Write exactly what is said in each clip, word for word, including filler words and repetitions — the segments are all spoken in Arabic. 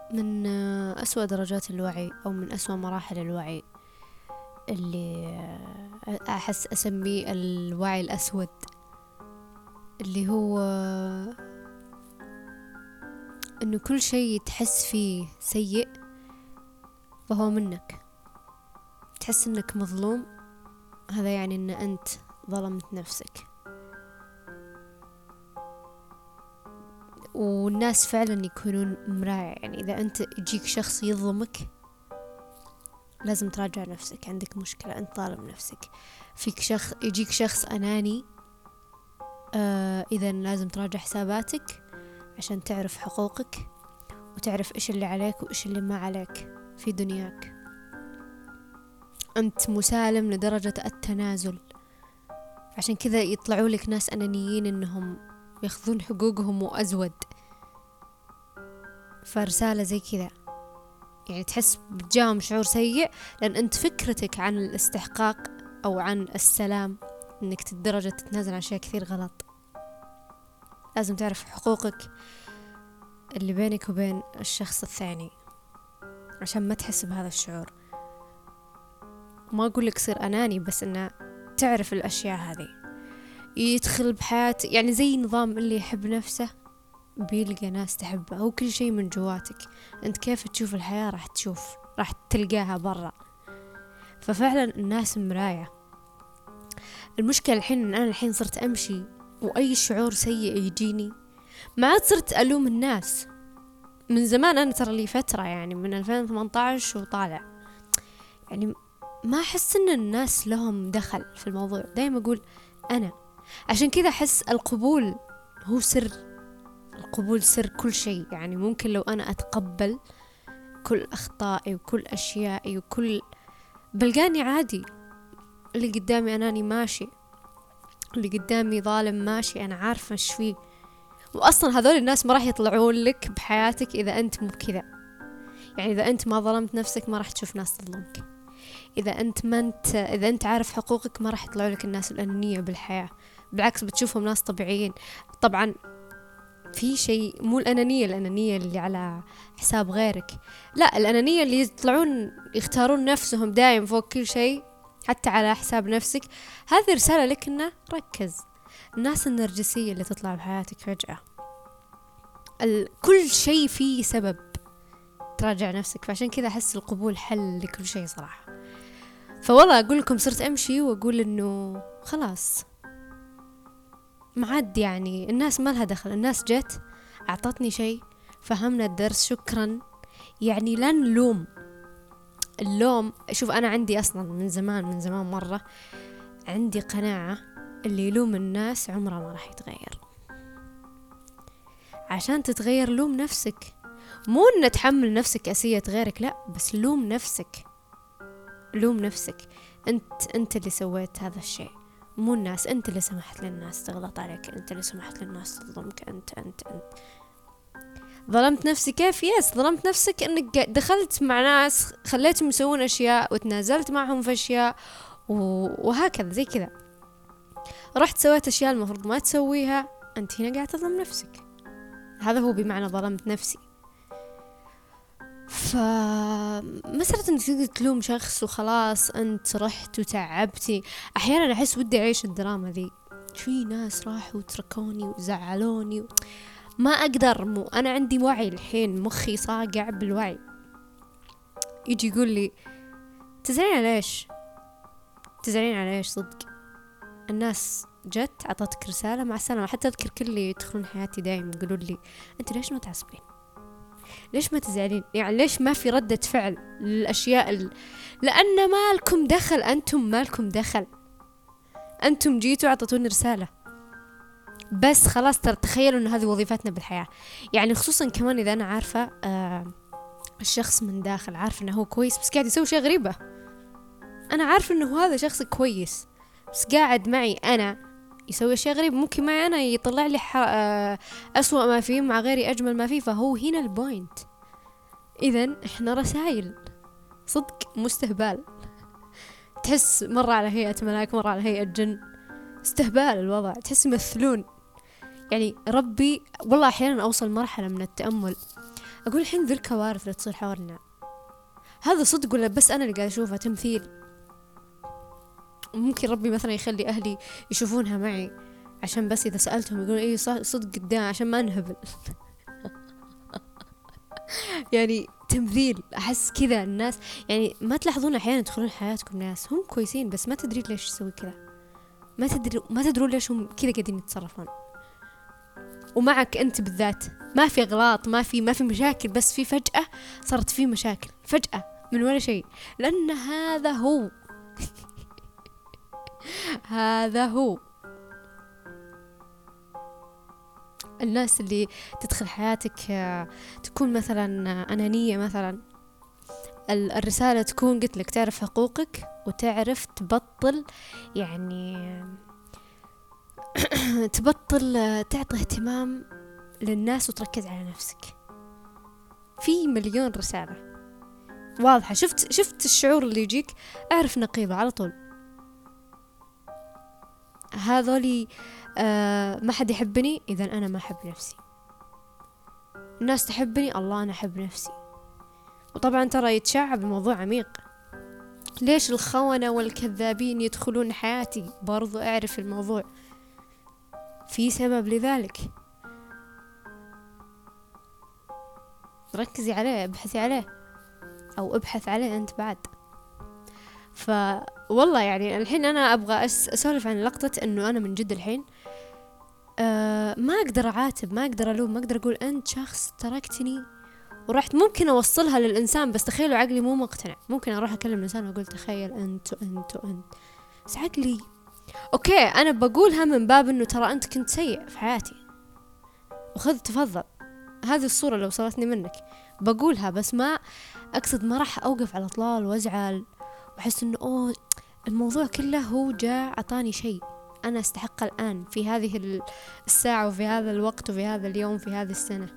من أسوأ درجات الوعي أو من أسوأ مراحل الوعي اللي أحس أسميه الوعي الأسود، اللي هو إنه كل شيء تحس فيه سيء فهو منك. تحس إنك مظلوم، هذا يعني إن أنت ظلمت نفسك. والناس فعلا يكونون مراية، يعني إذا أنت يجيك شخص يظلمك لازم تراجع نفسك، عندك مشكلة، أنت ظالم نفسك. فيك شخص يجيك شخص أناني، آه إذا لازم تراجع حساباتك عشان تعرف حقوقك وتعرف إيش اللي عليك وإيش اللي ما عليك في دنياك. أنت مسالم لدرجة التنازل، عشان كذا يطلعوا لك ناس أنانيين إنهم يأخذون حقوقهم وأزود. فرسالة زي كذا يعني تحس بتجاهم شعور سيء، لأن أنت فكرتك عن الاستحقاق أو عن السلام إنك تدرجة تتنازل عن أشياء كثير غلط. لازم تعرف حقوقك اللي بينك وبين الشخص الثاني عشان ما تحس بهذا الشعور. ما أقول لك صير أناني، بس إنه تعرف الأشياء هذه. يدخل بحياتك يعني زي نظام اللي يحب نفسه بيلقى ناس تحبه، هو كل شيء من جواتك. أنت كيف تشوف الحياة راح تشوف راح تلقاها برا. ففعلا الناس مراية. المشكلة الحين إن أنا الحين صرت أمشي وأي شعور سيء يجيني ما عاد صرت ألوم الناس. من زمان أنا ترى لي فترة يعني من ألفين وثمانية عشر وطالع يعني ما أحس إن الناس لهم دخل في الموضوع. دايما أقول أنا، عشان كذا أحس القبول هو سر. القبول سر كل شيء. يعني ممكن لو أنا أتقبل كل أخطائي وكل أشيائي وكل بلقاني عادي، اللي قدامي أناني ماشي، اللي قدامي ظالم ماشي، أنا عارفة إيش فيه. وأصلا هذول الناس ما راح يطلعون لك بحياتك إذا أنت مو بكذا. يعني إذا أنت ما ظلمت نفسك ما راح تشوف ناس تظلمك. إذا أنت ما أنت إذا أنت عارف حقوقك ما راح يطلعوا لك الناس الأنانية بالحياة، بالعكس بتشوفهم ناس طبيعيين. طبعا في شيء مو الأنانية الأنانية اللي على حساب غيرك، لا، الأنانية اللي يطلعون يختارون نفسهم دائم فوق كل شيء حتى على حساب نفسك. هذه رسالة لك إنه ركز. الناس النرجسية اللي تطلع بحياتك فجأة، ال- كل شيء فيه سبب تراجع نفسك. فعشان كذا أحس القبول حل لكل شيء صراحة. فوالله أقول لكم صرت أمشي وأقول إنه خلاص ما عاد يعني الناس ما لها دخل. الناس جت أعطتني شيء، فهمنا الدرس، شكرا. يعني لا نلوم. اللوم، شوف أنا عندي أصلا من زمان من زمان مرة عندي قناعة اللي يلوم الناس عمره ما راح يتغير. عشان تتغير لوم نفسك. مو إن تحمل نفسك أسية غيرك، لا، بس لوم نفسك. لوم نفسك. أنت أنت اللي سويت هذا الشيء، مو الناس. أنت اللي سمحت للناس تغلط عليك، أنت اللي سمحت للناس تظلمك. أنت أنت أنت ظلمت نفسك. كيف؟ يس، ظلمت نفسك إنك دخلت مع ناس خليتهم يسوون أشياء وتنازلت معهم في أشياء وهكذا زي كذا. رحت سويت أشياء المفروض ما تسويها، أنت هنا قاعدة تظلم نفسك. هذا هو بمعنى ظلمت نفسي. فمسألة انك تقدر تلوم شخص وخلاص انت رحت وتعبتي. احيانا احس ودي اعيش الدراما ذي. في ناس راحوا وتركوني وزعلوني و... ما اقدر. مو انا عندي وعي الحين، مخي صاقع بالوعي. يجي يقول لي تزعلين على ايش؟ تزعلين على ايش صدق؟ الناس جت عطتك رسالة مع السلامة. حتى اذكر كل اللي يدخلون حياتي دايم يقولوا لي انت ليش ما تعصبين؟ ليش ما تزعلين؟ يعني ليش ما في ردة فعل للأشياء ال... لأن ما لكم دخل. أنتم ما لكم دخل. أنتم جيتوا عطتوني رسالة بس خلاص. ترى تخيلوا أن هذه وظيفتنا بالحياة. يعني خصوصا كمان إذا أنا عارفة آه الشخص من داخل، عارفة أنه هو كويس بس قاعد يسوي شيء غريبة. أنا عارفة أنه هذا شخص كويس بس قاعد معي أنا يسوي أشياء غريبة. ممكن معي أنا يطلع لي ح... آه أسوأ ما فيه، مع غيري أجمل ما فيه. فهو هنا البوينت. إذن إحنا رسائل صدق، مستهبال. تحس مرة على هيئة ملاك، مرة على هيئة جن. استهبال الوضع، تحس يمثلون. يعني ربي والله أحيانا أوصل مرحلة من التأمل أقول الحين ذي الكوارث اللي تصير حولنا هذا صدق ولا بس أنا اللي قاعد أشوفها تمثيل؟ ممكن ربي مثلا يخلي أهلي يشوفونها معي عشان بس إذا سألتهم يقولون إيه صدق قدام عشان ما نهبل. يعني تمثيل. أحس كذا الناس، يعني ما تلاحظون أحيانا تدخلون حياتكم ناس هم كويسين بس ما تدري ليش يسوي كذا، ما تدري ما تدرون ليش هم كذا قاعدين يتصرفون. ومعك أنت بالذات ما في أغلاط، ما في ما في مشاكل، بس في فجأة صارت في مشاكل فجأة من ولا شيء، لأن هذا هو. هذا هو الناس اللي تدخل حياتك تكون مثلا أنانية، مثلا الرسالة تكون قلت لك تعرف حقوقك وتعرف تبطل، يعني تبطل تعطي اهتمام للناس وتركز على نفسك. في مليون رسالة واضحة. شفت شفت الشعور اللي يجيك، اعرف نقيضه على طول. هذولي آه ما حد يحبني، إذا أنا ما أحب نفسي. الناس تحبني، الله أنا أحب نفسي. وطبعا ترى يتشعب الموضوع عميق. ليش الخونة والكذابين يدخلون حياتي؟ برضو أعرف الموضوع في سبب لذلك، ركزي عليه، ابحثي عليه أو ابحث عليه أنت بعد. فوالله يعني الحين أنا أبغى أسولف عن لقطة أنه أنا من جد الحين أه ما أقدر أعاتب، ما أقدر ألوم، ما أقدر أقول أنت شخص تركتني ورحت. ممكن أوصلها للإنسان بس تخيلوا عقلي مو مقتنع. ممكن أروح أكلم الإنسان وأقول تخيل أنت وأنت وأنت، بس عقلي أوكي أنا بقولها من باب أنه ترى أنت كنت سيء في حياتي وخذ تفضل، هذه الصورة لو وصلتني منك بقولها، بس ما أقصد ما راح أوقف على طلال وأزعل وأحس أنه أوه الموضوع كله هو جاء عطاني شيء أنا أستحقه الآن في هذه الساعة وفي هذا الوقت وفي هذا اليوم في هذه السنة.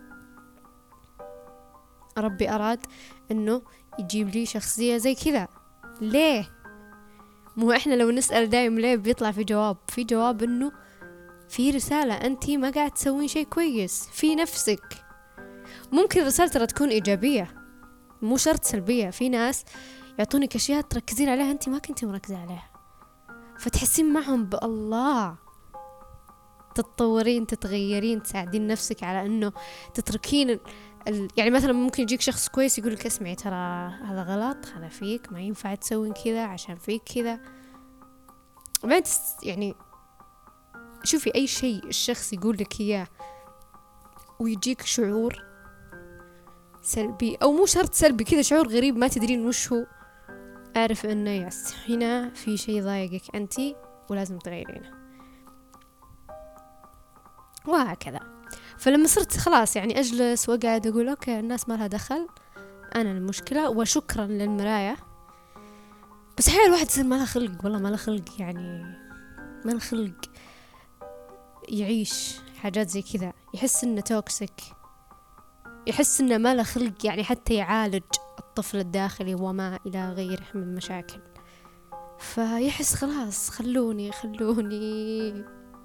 ربي أراد أنه يجيب لي شخصية زي كذا. ليه؟ مو إحنا لو نسأل دايم ليه بيطلع في جواب، في جواب أنه في رسالة أنتي ما قاعد تسوين شيء كويس في نفسك. ممكن الرسالة ترى تكون إيجابية مو شرط سلبية. في ناس يعطونك أشياء تركزين عليها أنتي ما كنتي مركزة عليها، فتحسين معهم بالله، تتطورين تتغيرين تساعدين نفسك على أنه تتركين ال... يعني مثلا ممكن يجيك شخص كويس يقولك اسمعي ترى هذا غلط، هذا فيك، ما ينفع تسوين كذا عشان فيك كذا. وبعدين يعني شوفي أي شيء الشخص يقولك إياه ويجيك شعور سلبي أو مو شرط سلبي كذا، شعور غريب ما تدرين وش هو، أعرف أنه يس هنا في شيء ضايقك أنتي ولازم تغيرينه، وهكذا. فلما صرت خلاص يعني أجلس وقاعد أقول أوكي الناس ما لها دخل، أنا المشكلة وشكرا للمراية. بس حيال الواحد يصير ما له خلق، والله ما له خلق، يعني ما له خلق يعيش حاجات زي كذا، يحس إنه توكسيك، يحس إنه ما له خلق يعني حتى يعالج الطفل الداخلي وما إلى غيره من مشاكل، فيحس خلاص خلوني خلوني.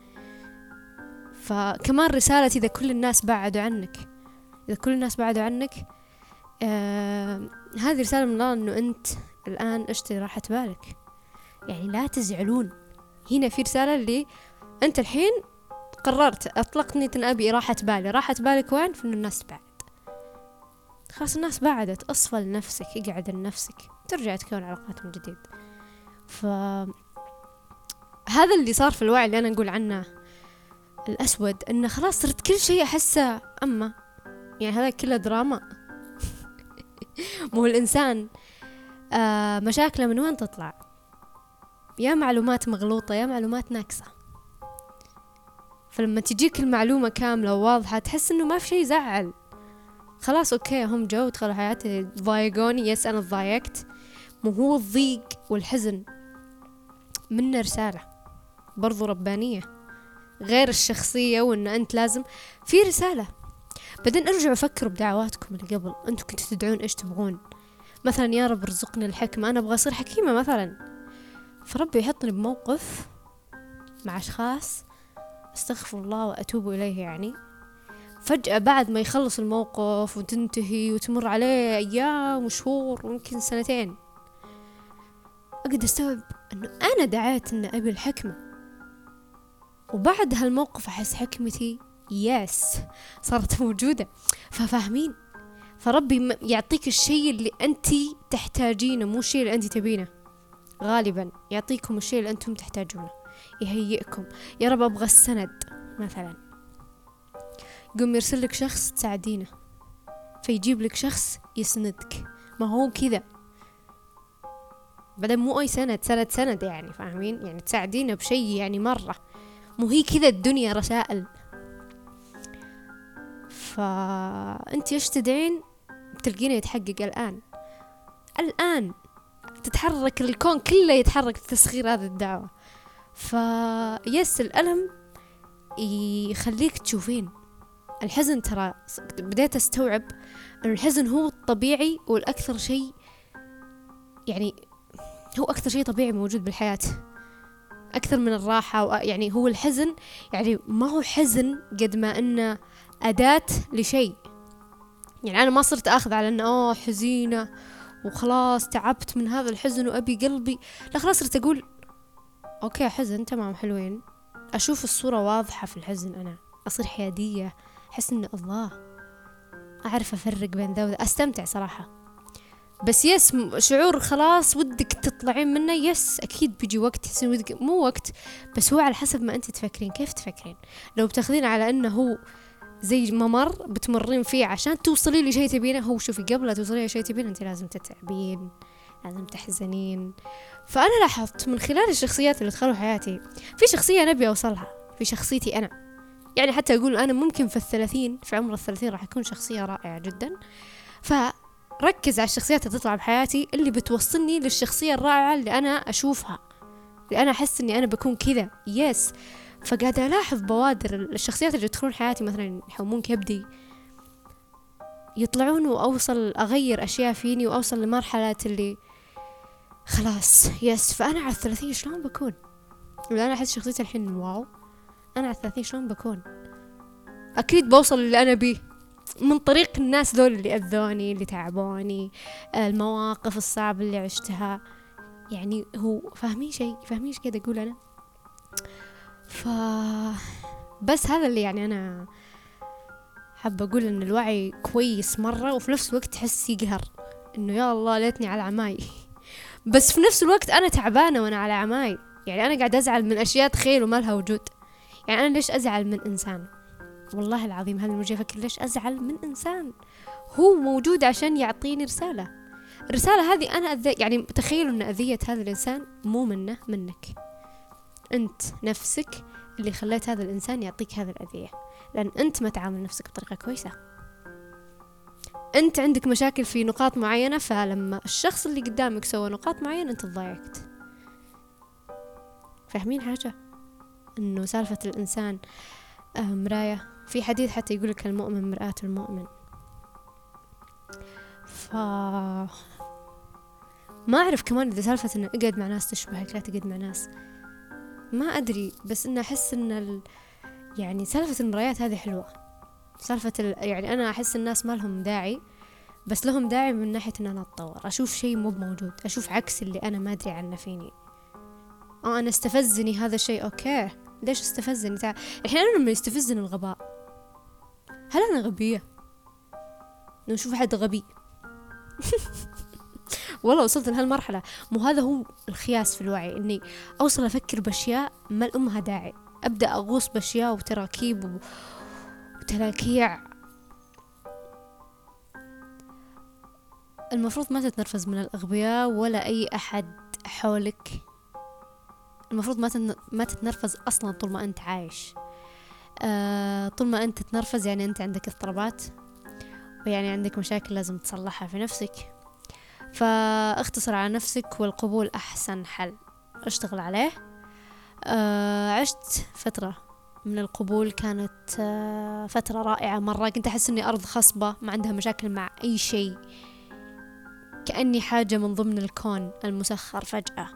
فكمان رسالة إذا كل الناس بعدوا عنك، إذا كل الناس بعدوا عنك آه هذه رسالة من الله إنه أنت الآن اشتري راحة بالك، يعني لا تزعلون. هنا في رسالة اللي أنت الحين قررت أطلقني تنأبي راحة بالي، راحة بالك وين؟ في إنه الناس بعد، خلاص الناس بعدت، أصفى لنفسك، اقعد لنفسك، ترجع تكون علاقات من جديد. فهذا اللي صار في الوعي اللي أنا نقول عنه الأسود، إنه خلاص صرت كل شيء أحسه أما يعني هذا كله دراما. مو الإنسان آه مشاكله من وين تطلع؟ يا معلومات مغلوطة يا معلومات ناقصة. فلما تجيك المعلومة كاملة وواضحة تحس إنه ما في شيء يزعل، خلاص أوكي هم جو دخلوا حياتي ضايقوني، يس أنا ضايقت، مو هو الضيق والحزن منه رسالة برضو ربانية غير الشخصية، وإن أنت لازم في رسالة. بعدين ارجعوا فكروا بدعواتكم اللي قبل، أنتوا كنتوا تدعون إيش تبغون، مثلا يا رب رزقني الحكمة، أنا أبغى أصير حكيمة مثلا، فربي يحطني بموقف مع أشخاص استغفر الله وأتوب إليه يعني، فجأة بعد ما يخلص الموقف وتنتهي وتمر عليه أيام وشهور ويمكن سنتين، أقدر أستوعب أنه أنا دعيت أن أبي الحكمة، وبعد هالموقف أحس حكمتي يس صارت موجودة. ففاهمين؟ فربي يعطيك الشيء اللي أنت تحتاجينه، مو الشيء اللي أنت تبينه. غالبا يعطيكم الشيء اللي أنتم تحتاجونه، يهيئكم. يا رب أبغى السند مثلا، يقوم يرسل لك شخص تساعدينه، فيجيب لك شخص يسندك. ما هو كذا، بعدين مو أي سند، سند سند يعني، فاهمين؟ يعني تساعدينه بشيء يعني مرة، مو هي كذا الدنيا رسائل. فأنت ايش تدعين بتلقينه يتحقق الآن. الآن تتحرك الكون كله، يتحرك تسخير هذه الدعوة. فيس الألم يخليك تشوفين الحزن. ترى بديت أستوعب أن الحزن هو الطبيعي والأكثر شيء، يعني هو أكثر شيء طبيعي موجود بالحياة، أكثر من الراحة. يعني هو الحزن يعني ما هو حزن قد ما أنه أداة لشيء. يعني أنا ما صرت أخذ على أنه أوه حزينة وخلاص تعبت من هذا الحزن وأبي قلبي، لا خلاص صرت أقول أوكي حزن تمام حلوين، أشوف الصورة واضحة في الحزن، أنا أصير حيادية، أحس إن الله أعرف أفرق بين ذا وذا، أستمتع صراحة. بس يس شعور خلاص ودك تطلعين منه، يس أكيد بيجي وقت تحسين ودك، مو وقت بس هو على حسب ما أنت تفكرين. كيف تفكرين؟ لو بتاخذين على أنه هو زي ممر بتمرين فيه عشان توصلي لشيء تبينه، هو شوفي قبل لا توصلي لشيء تبينه أنت لازم تتعبين، لازم تحزنين. فأنا لاحظت من خلال الشخصيات اللي دخلوا حياتي، في شخصية نبي أوصلها في شخصيتي أنا، يعني حتى أقول أنا ممكن في الثلاثين، في عمر الثلاثين راح أكون شخصية رائعة جدا. فركز على الشخصيات اللي تطلع بحياتي اللي بتوصلني للشخصية الرائعة اللي أنا أشوفها، اللي أنا أحس أني أنا بكون كذا يس. فقاعدة ألاحظ بوادر الشخصيات اللي يدخلون حياتي، مثلا يحومون كبدي، يطلعون وأوصل أغير أشياء فيني وأوصل لمرحلة اللي خلاص يس. فأنا على الثلاثين شلون بكون؟ وأنا أحس شخصيتي الحين واو، أنا على الثلاثين شلون بكون؟ أكيد بوصل اللي أنا بيه من طريق الناس دول اللي أذوني، اللي تعبوني، المواقف الصعبة اللي عشتها. يعني هو فاهمين شيء؟ فاهمين ايش كده أقول أنا؟ ف بس هذا اللي يعني أنا حابة أقول إن الوعي كويس مرة، وفي نفس الوقت تحس يقهر إنه يا الله ليتني على عماي. بس في نفس الوقت أنا تعبانة وأنا على عماي، يعني أنا قاعد أزعل من أشياء تخيل وما لها وجود. يعني أنا ليش أزعل من إنسان؟ والله العظيم هذا الموجة أفكر ليش أزعل من إنسان هو موجود عشان يعطيني رسالة. الرسالة هذه أنا أذي، يعني تخيلوا أن أذية هذا الإنسان مو منه، منك أنت نفسك اللي خليت هذا الإنسان يعطيك هذا الأذية، لأن أنت ما تعامل نفسك بطريقة كويسة، أنت عندك مشاكل في نقاط معينة، فلما الشخص اللي قدامك سوى نقاط معينة أنت تضايقت. فاهمين حاجة؟ أنه سالفة الإنسان مراية، في حديث حتى يقولك المؤمن مرآة المؤمن. ف ما أعرف كمان إذا سالفة أنه اقعد مع ناس تشبهك لا تقعد مع ناس، ما أدري، بس أنه أحس أن ال... يعني سالفة المرايات هذه حلوة. سالفة ال... يعني أنا أحس الناس ما لهم داعي، بس لهم داعي من ناحية أن أنا أتطور، أشوف شيء مو موجود، أشوف عكس اللي أنا ما أدري عنه فيني. آه أنا استفزني هذا الشيء، أوكي ليش استفزني؟ تع... الحين أنا لما يستفزني الغباء، هل أنا غبية؟ نشوف حد غبي والله وصلت لهالمرحلة. مو هذا هو الخياس في الوعي، إني أوصل أفكر بأشياء ما لأمها داعي، أبدأ أغوص بأشياء وتراكيب و... وتلاكيع. المفروض ما تتنرفز من الأغبياء ولا أي أحد حولك، المفروض ما تن... ما تتنرفز أصلا طول ما أنت عايش. آه... طول ما أنت تتنرفز يعني أنت عندك اضطرابات، ويعني عندك مشاكل لازم تصلحها في نفسك. فاختصر على نفسك، والقبول أحسن حل، اشتغل عليه. آه... عشت فترة من القبول كانت آه... فترة رائعة مرة، كنت أحس أني أرض خصبة ما عندها مشاكل مع أي شيء، كأني حاجة من ضمن الكون المسخر. فجأة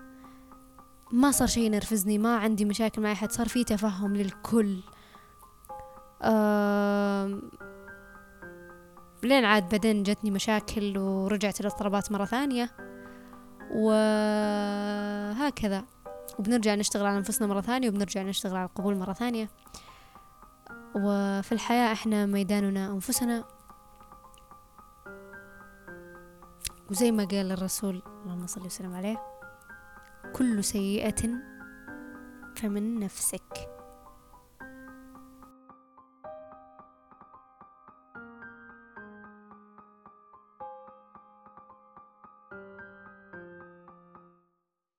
ما صار شيء ينرفزني، ما عندي مشاكل مع أحد، صار في تفهم للكل. آه لين عاد بعدين جتني مشاكل ورجعت الاضطرابات مرة ثانية، وهكذا. وبنرجع نشتغل على أنفسنا مرة ثانية، وبنرجع نشتغل على القبول مرة ثانية. وفي الحياة إحنا ميداننا أنفسنا، وزي ما قال الرسول اللهم صل وسلم عليه: كل سيئة فمن نفسك.